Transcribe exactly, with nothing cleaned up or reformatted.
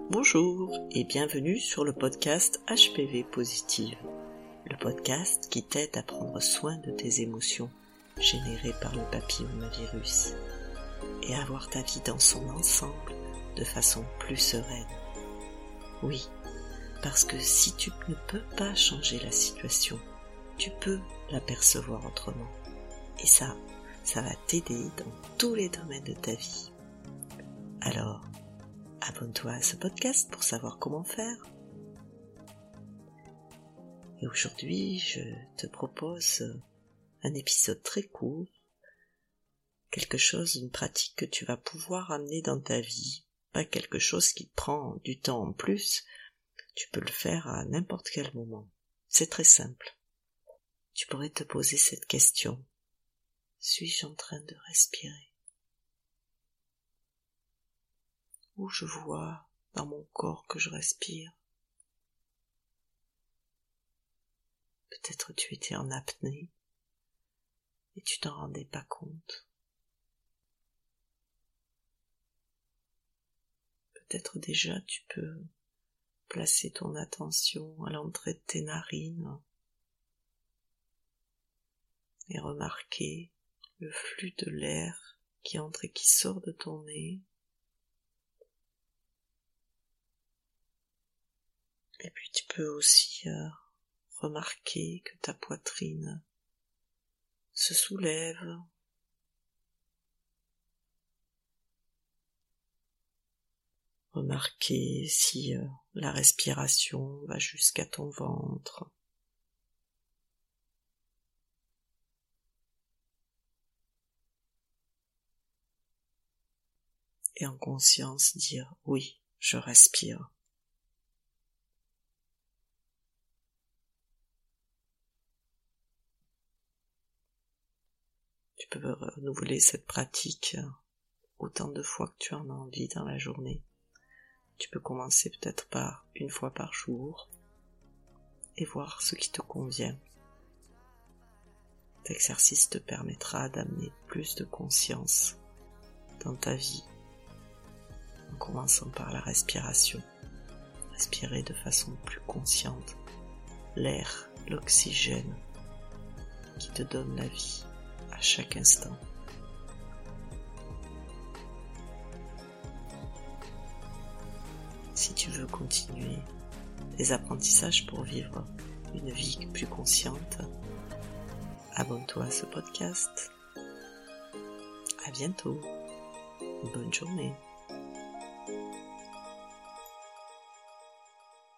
Bonjour et bienvenue sur le podcast H P V Positive, le podcast qui t'aide à prendre soin de tes émotions générées par le papillomavirus et à voir ta vie dans son ensemble de façon plus sereine. Oui, parce que si tu ne peux pas changer la situation, tu peux l'apercevoir autrement. Et ça, ça va t'aider dans tous les domaines de ta vie. Alors, abonne-toi à ce podcast pour savoir comment faire. Et aujourd'hui, je te propose un épisode très court, quelque chose, une pratique que tu vas pouvoir amener dans ta vie, pas quelque chose qui te prend du temps en plus, tu peux le faire à n'importe quel moment. C'est très simple. Tu pourrais te poser cette question. Suis-je en train de respirer? Où je vois dans mon corps que je respire? Peut-être tu étais en apnée et tu t'en rendais pas compte. Peut-être déjà tu peux placer ton attention à l'entrée de tes narines et remarquer le flux de l'air qui entre et qui sort de ton nez. Et puis tu peux aussi euh, remarquer que ta poitrine se soulève. Remarquer si euh, la respiration va jusqu'à ton ventre. Et en conscience dire oui, je respire. Tu peux renouveler cette pratique autant de fois que tu en as envie dans la journée. Tu peux commencer peut-être par une fois par jour et voir ce qui te convient. Cet exercice te permettra d'amener plus de conscience dans ta vie en commençant par la respiration. Respirer de façon plus consciente l'air, l'oxygène qui te donne la vie à chaque instant. Si tu veux continuer tes apprentissages pour vivre une vie plus consciente, abonne-toi à ce podcast. À bientôt. Bonne journée.